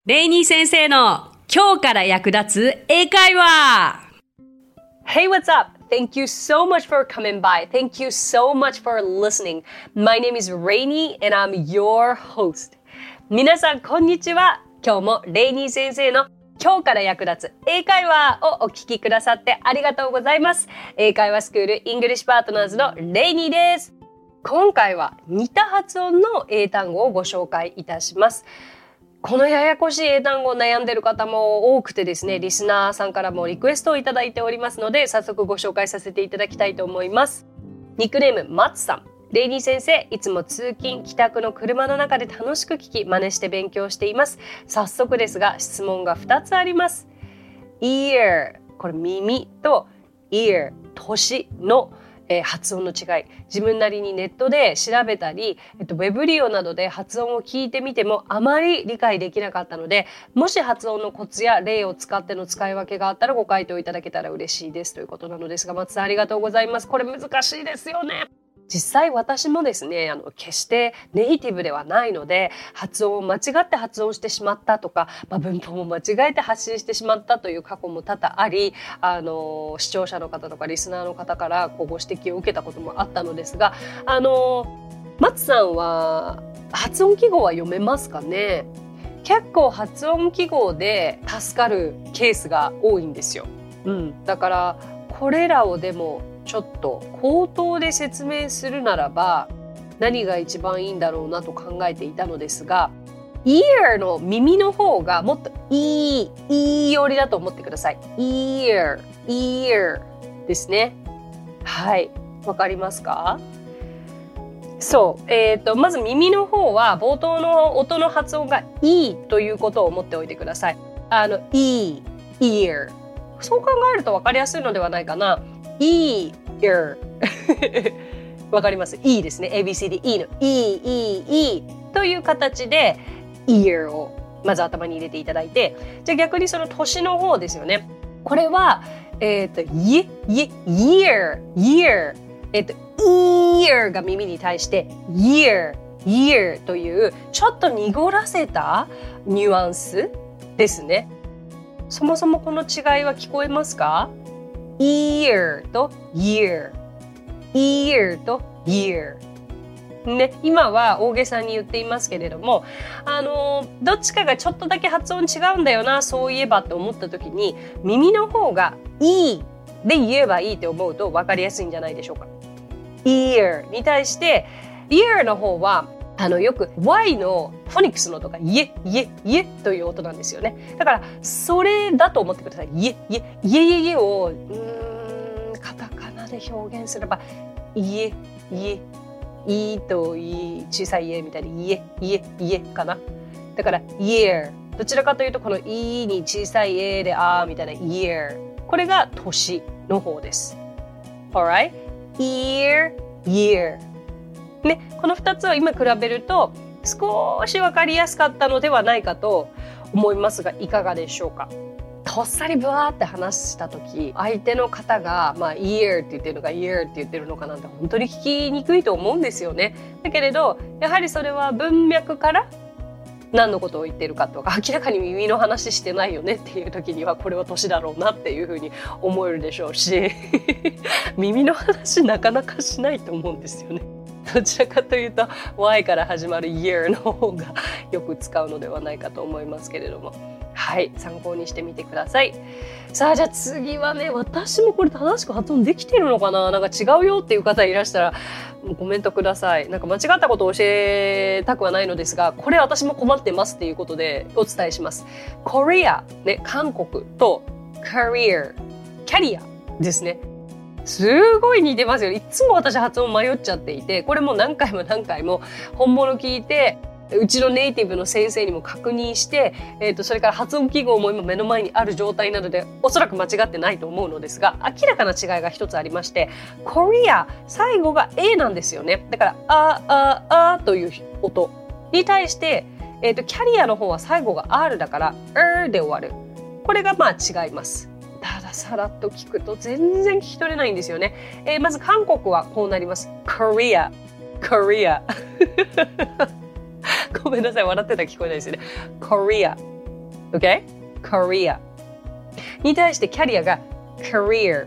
レイニー先生の今日から役立つ英会話。 Hey, what's up? Thank you so much for coming by. Thank you so much for listening. My name is Rainy and I'm your host. 皆さん、こんにちは。今日もレイニー先生の今日から役立つ英会話をお聞きくださってありがとうございます。英会話スクールイングリッシュパートナーズのレイニーです。今回は似た発音の英単語をご紹介いたします。このややこしい英単語を悩んでいる方も多くてですね、リスナーさんからもリクエストをいただいておりますので、早速ご紹介させていただきたいと思います。ニックネーム松さん。レイニー先生、いつも通勤帰宅の車の中で楽しく聞き真似して勉強しています。早速ですが質問が2つあります。 ear、 これ耳と ear、 年の発音の違い、自分なりにネットで調べたり、ウェブ利用などで発音を聞いてみてもあまり理解できなかったので、もし発音のコツや例を使っての使い分けがあったらご回答いただけたら嬉しいですということなのですが、松さんありがとうございます。これ難しいですよね。実際私もですね、決してネイティブではないので、発音を間違って発音してしまったとか、文法も間違えて発信してしまったという過去も多々あり、視聴者の方とかリスナーの方からご指摘を受けたこともあったのですが、松さんは発音記号は読めますかね？結構発音記号で助かるケースが多いんですよ。だからこれらをでもちょっと口頭で説明するならば何が一番いいんだろうなと考えていたのですが、 ear の耳の方がもっといい寄りだと思ってください。 ear ですね。はい、わかりますか？そう、まず耳の方は冒頭の音の発音がいいということを思っておいてください。ear、 そう考えるとわかりやすいのではないかな。ear わかります？ E ですね。 ABCDE の E という形で ear をまず頭に入れていただいて、じゃあ逆にその年の方ですよね。これはyear ear が耳に対して year というちょっと濁らせたニュアンスですね。そもそもこの違いは聞こえますか？ear と year と year ね、今は大げさに言っていますけれども、どっちかがちょっとだけ発音違うんだよな、そういえばって思った時に耳の方がいいで言えばいいと思うと分かりやすいんじゃないでしょうか。 ear に対して ear の方はよく Y のフォニックスの音がイエという音なんですよね。だからそれだと思ってください。イエをカタカナで表現すればイエとい小さいイエみたいにイエかな。だから year、 どちらかというとこのイに小さいエでみたいな year、 これが年の方です。 Alright? yearね、この2つを今比べると少し分かりやすかったのではないかと思いますが、いかがでしょうか。とっさりブワーって話した時、相手の方がear って言ってるのか ear って言ってるのかなんて本当に聞きにくいと思うんですよね。だけれどやはりそれは文脈から何のことを言ってるかとか、明らかに耳の話してないよねっていう時にはこれは年だろうなっていうふうに思えるでしょうし耳の話なかなかしないと思うんですよね。どちらかというと Y から始まる year の方がよく使うのではないかと思いますけれども、はい、参考にしてみてください。さあ、じゃあ次はね、私もこれ正しく発音できてるのかな、なんか違うよっていう方いらしたらコメントください。なんか間違ったことを教えたくはないのですが、これ私も困ってますっていうことでお伝えします。Korea ね、韓国と Career、 キャリアですね。すごい似てますよ。いつも私発音迷っちゃっていて、これも何回も本物聞いて、うちのネイティブの先生にも確認して、それから発音記号も今目の前にある状態なので、おそらく間違ってないと思うのですが、明らかな違いが一つありまして、Korea 最後が A なんですよね。だからという音に対して、キャリアの方は最後が R だからで終わる。これが違います。たださらっと聞くと全然聞き取れないんですよね。まず韓国はこうなります。Korea ごめんなさい、笑ってたら聞こえないですよね。Korea OK? Career に対してキャリアが career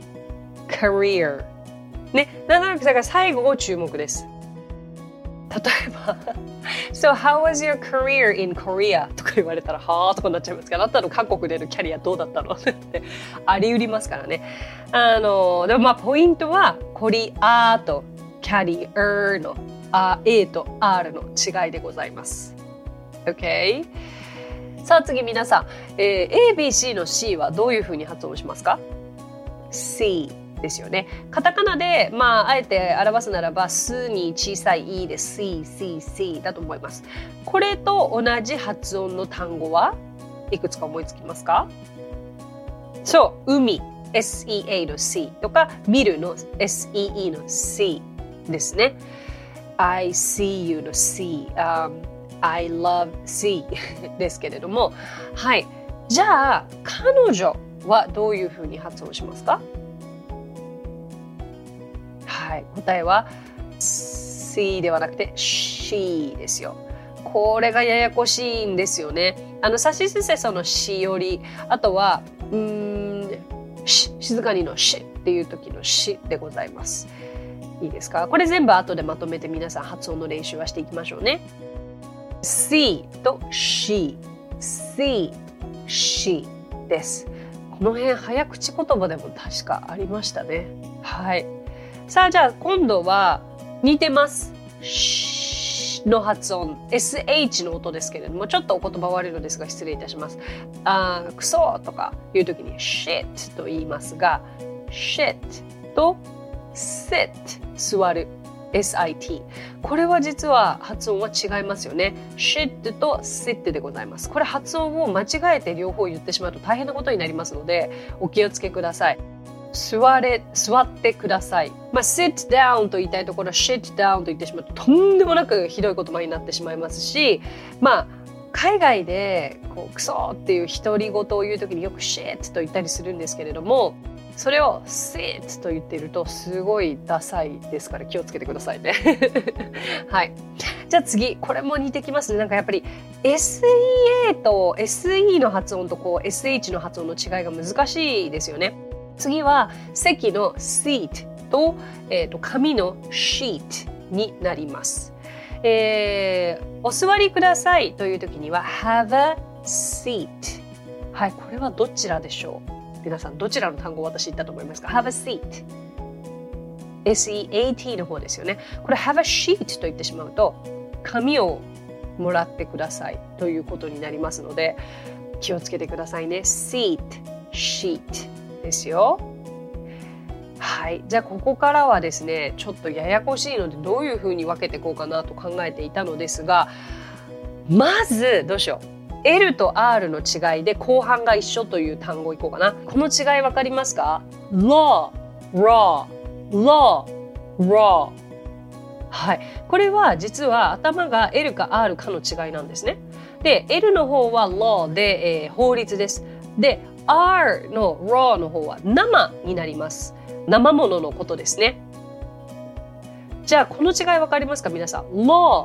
ね、なんとなくだから最後を注目です。例えばSo how was your career in Korea? とか言われたらはぁとかなっちゃいますから、あなたの韓国でのキャリアどうだったのってあり得りますからね。でもまあポイントはコリアーとキャリアのA と R の違いでございます。OK? さあ次皆さん、ABC の C はどういうふうに発音しますか？ C ですよね。カタカナで、まあ、あえて表すならば、すに小さい E で C だと思います。これと同じ発音の単語はいくつか思いつきますか？そう、海、SEA の C とか、見るの SEE の C ですね。I see you の C、I love C ですけれども、はい。じゃあ、彼女はどういうふうに発音しますか？はい、答えは C ではなくて She ですよ。これがややこしいんですよね。さしすせそのしより、あとは静かにのしっていう時のしでございます。いいですか？これ全部後でまとめて皆さん発音の練習はしていきましょうね。C と She です。この辺早口言葉でも確かありましたね。はい。さあじゃあ今度は似てます。の発音 SH の音ですけれども、ちょっとお言葉悪いのですが失礼いたします。クソとかいう時に shit と言いますが、 shit と sit 座る SIT、 これは実は発音は違いますよね。 shit と sit でございます。これ発音を間違えて両方言ってしまうと大変なことになりますのでお気をつけください。座ってください。まあ、sit down と言いたいところ sit down と言ってしまうととんでもなくひどい言葉になってしまいますし、まあ海外でこうクソっていう独り言を言うときによく shit と言ったりするんですけれども、それを sit と言っているとすごいダサいですから気をつけてくださいね。はい。じゃあ次、これも似てきますね。なんかやっぱり SEA と SE の発音とこう SH の発音の違いが難しいですよね。次は席の seat と、紙の sheet になります。お座りくださいという時には have a seat。 はい、これはどちらでしょう？皆さんどちらの単語を私言ったと思いますか？ have a seat SEAT の方ですよね。これ have a sheet と言ってしまうと紙をもらってくださいということになりますので気をつけてくださいね。 seat sheetですよ。はい、じゃあここからはですねちょっとややこしいのでどういうふうに分けていこうかなと考えていたのですが、まずどうしよう、 L と R の違いで後半が一緒という単語いこうかな。この違い分かりますか？ law raw raw。 はい、これは実は頭が L か R かの違いなんですね。で L の方は law で、法律です。でR の raw の方は生になります。生もののことですね。じゃあこの違い分かりますか皆さん？ law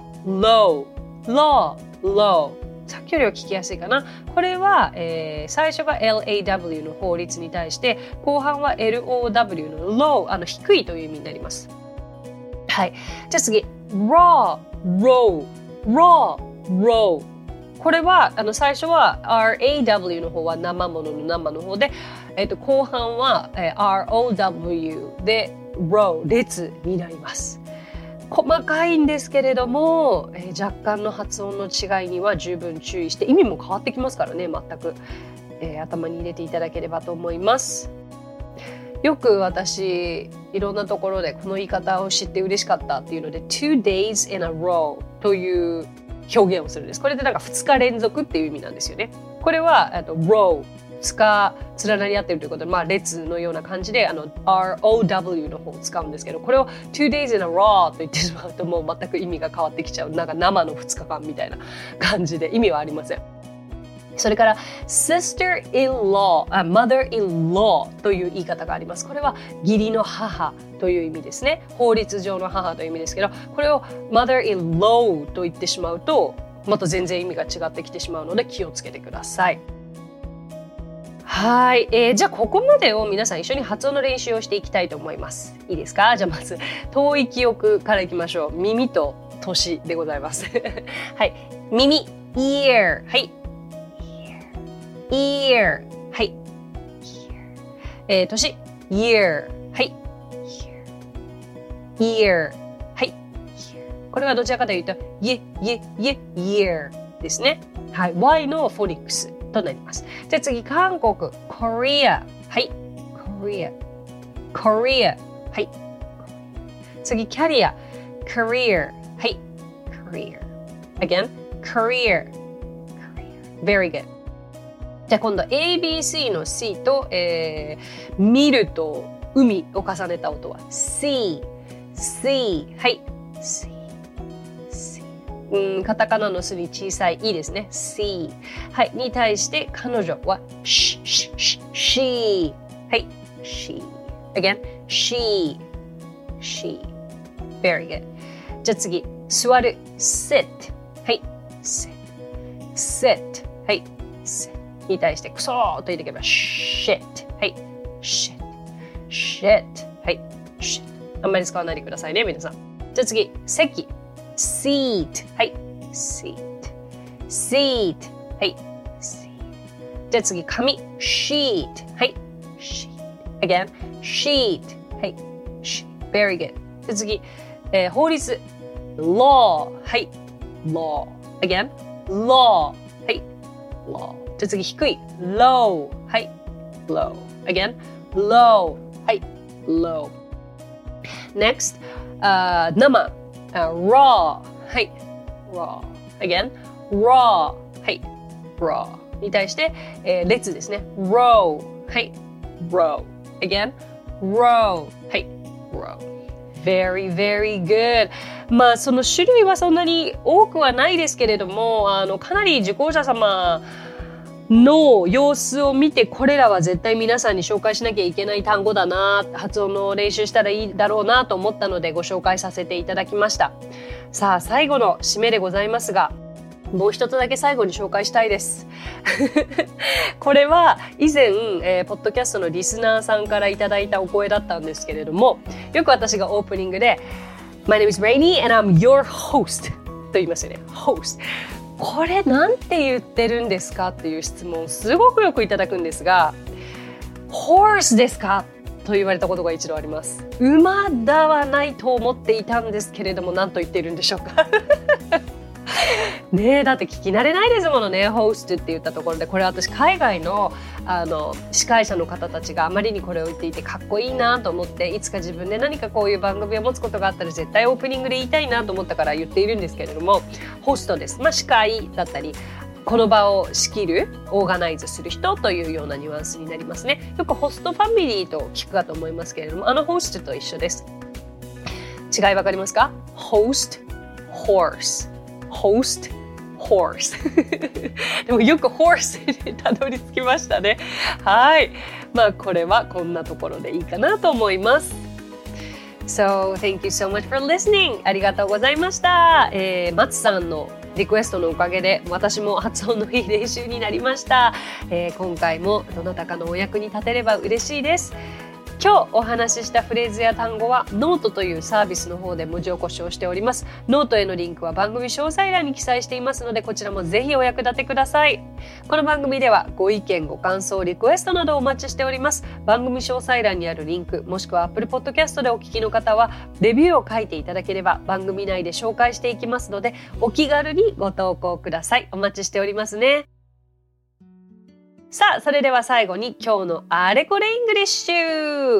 low さっきよりは聞きやすいかな。これは、最初が LAW の法律に対して後半は LOW の low 低いという意味になります。はい。じゃあ次 rawこれは最初は RAW の方は生ものの生の方で、後半は、ROW で row 列になります。細かいんですけれども、若干の発音の違いには十分注意して意味も変わってきますからね全く、頭に入れていただければと思います。よく私いろんなところでこの言い方を知って嬉しかったっていうので 2 days in a row という表現をするんです。これでなんか2日連続っていう意味なんですよね。これはrow 2日連なり合ってるということで、まあ列のような感じでROW の方を使うんですけど、これを 2 days in a row と言ってしまうともう全く意味が変わってきちゃう。なんか生の2日間みたいな感じで意味はありません。それから sister-in-law、mother-in-law という言い方があります。これは義理の母という意味ですね。法律上の母という意味ですけど、これを mother-in-law と言ってしまうとまた全然意味が違ってきてしまうので気をつけてください。はい、じゃあここまでを皆さん一緒に発音の練習をしていきたいと思います。いいですか？じゃあまず遠い記憶からいきましょう。耳と年でございますはい、耳 ear はい ear はい、年 year はい year はい、これはどちらかというと year ですね。はい、Y のフォニックスとなります。じゃあ次、韓国 Korea はい Korea はい、次キャリア Career はい Career again Career Very good。 じゃあ今度 ABC の C と、見ると海を重ねた音は C はい C カタカナのすに小さいいいですね。C はいに対して彼女は She はい She again She Very good。 じゃあ次座る Sit はい Sit はい Sit に対してクソーと言っていけば Shit はい Shit はい Shit。 あんまり使わないでくださいね皆さん。じゃあ次席Seat はい Seat はい、Seat。 じゃあ次紙 Sheet はい Sheet again Sheet はい Sheet Very good。 じゃあ次、法律 Law はい Law again Law はい Law。 じゃあ次低い Low はい Low again Low はい Low。 Next、生raw はい raw again raw はい raw に対して、列ですね row はい row again row はい row very very good。 まあその種類はそんなに多くはないですけれどもかなり受講者様の様子を見てこれらは絶対皆さんに紹介しなきゃいけない単語だな、発音の練習したらいいだろうなと思ったのでご紹介させていただきました。さあ最後の締めでございますが、もう一つだけ最後に紹介したいですこれは以前、ポッドキャストのリスナーさんからいただいたお声だったんですけれども、よく私がオープニングで My name is Rainy and I'm your host と言いますよね。 hostこれなんて言ってるんですかっていう質問をすごくよくいただくんですが、horse ですかと言われたことが一度あります。馬ではないと思っていたんですけれども、何と言っているんでしょうかねえ、だって聞き慣れないですものね、ホーストって言ったところで。これ私海外の司会者の方たちがあまりにこれを言っていてかっこいいなと思って、いつか自分で何かこういう番組を持つことがあったら絶対オープニングで言いたいなと思ったから言っているんですけれども、ホストです。司会だったりこの場を仕切るオーガナイズする人というようなニュアンスになりますね。よくホストファミリーと聞くかと思いますけれども、ホストと一緒です。違いわかりますか？ host horse host horse でもよく horse にたどり着きましたね。はい、これはこんなところでいいかなと思います。So thank you so much for listening。 ありがとうございました。松さんのリクエストのおかげで私も発音のいい練習になりました。今回もどなたかのお役に立てれば嬉しいです。今日お話ししたフレーズや単語はノートというサービスの方で文字起こしをしております。ノートへのリンクは番組詳細欄に記載していますので、こちらもぜひお役立てください。この番組ではご意見ご感想リクエストなどをお待ちしております。番組詳細欄にあるリンクもしくは Apple Podcast でお聞きの方はレビューを書いていただければ番組内で紹介していきますので、お気軽にご投稿ください。お待ちしておりますね。さあ、それでは最後に今日のあれこれイングリッシュ。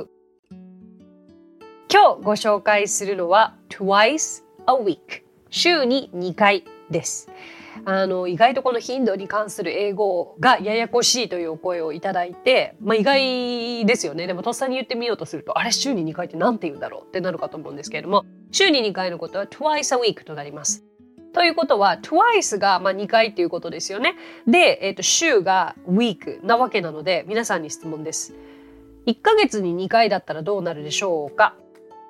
今日ご紹介するのは twice a week 週に2回です。意外とこの頻度に関する英語がややこしいというお声をいただいて、意外ですよね。でもとっさに言ってみようとすると、あれ週に2回ってなんて言うんだろうってなるかと思うんですけれども、週に2回のことは twice a week となります。ということは twice が2回ということですよね。で、週が week なわけなので、皆さんに質問です。1ヶ月に2回だったらどうなるでしょうか？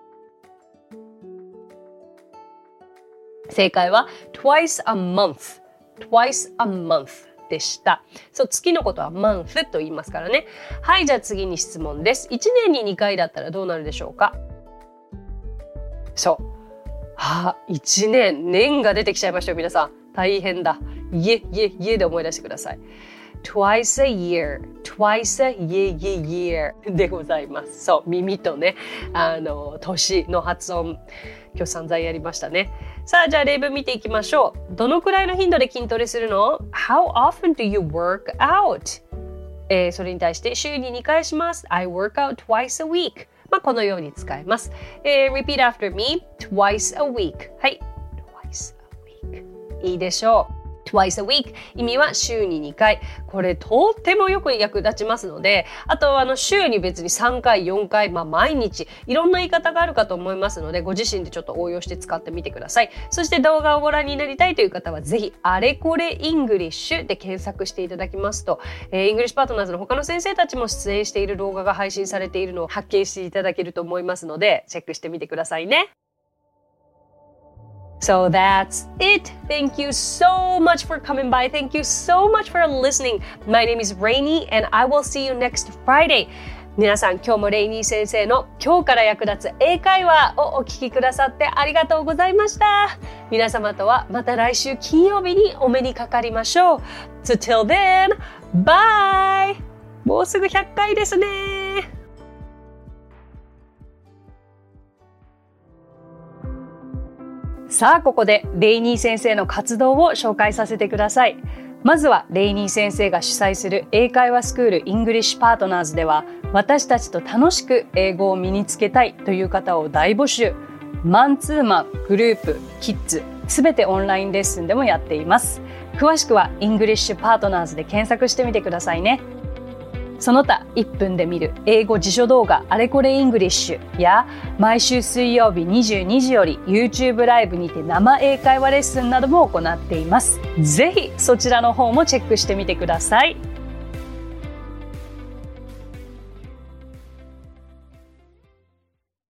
正解は twice a month twice a month でした。そう、月のことは month と言いますからね。はい、じゃあ次に質問です。1年に2回だったらどうなるでしょうか？そう。1年、年が出てきちゃいましたよ、皆さん。大変だ。家で思い出してください。twice a year, twice a year でございます。そう、耳とね、年の発音、今日散々やりましたね。さあ、じゃあ例文見ていきましょう。どのくらいの頻度で筋トレするの？ How often do you work out? それに対して週に2回します。I work out twice a week. このように使えます。Repeat after me. Twice a week. はい。Twice a week. いいでしょう。Twice a week 意味は週に2回。これとってもよく役立ちますので、あと週に別に3回、4回、毎日いろんな言い方があるかと思いますので、ご自身でちょっと応用して使ってみてください。そして動画をご覧になりたいという方はぜひあれこれイングリッシュで検索していただきますと、イングリッシュパートナーズの他の先生たちも出演している動画が配信されているのを発見していただけると思いますので、チェックしてみてくださいね。So that's it. Thank you so much for coming by. Thank you so much for listening. My name is Rainy and I will see you next Friday. 皆さん、今日もレイニー先生の今日から役立つ英会話をお聞きくださってありがとうございました。皆様とはまた来週金曜日にお目にかかりましょう。So till then, bye! もうすぐ100回ですね。さあ、ここでレイニー先生の活動を紹介させてください。まずはレイニー先生が主催する英会話スクールイングリッシュパートナーズでは、私たちと楽しく英語を身につけたいという方を大募集。マンツーマン、グループ、キッズ、すべてオンラインレッスンでもやっています。詳しくはイングリッシュパートナーズで検索してみてくださいね。その他1分で見る英語辞書動画あれこれイングリッシュや毎週水曜日22時より YouTube ライブにて生英会話レッスンなども行っています。ぜひそちらの方もチェックしてみてください。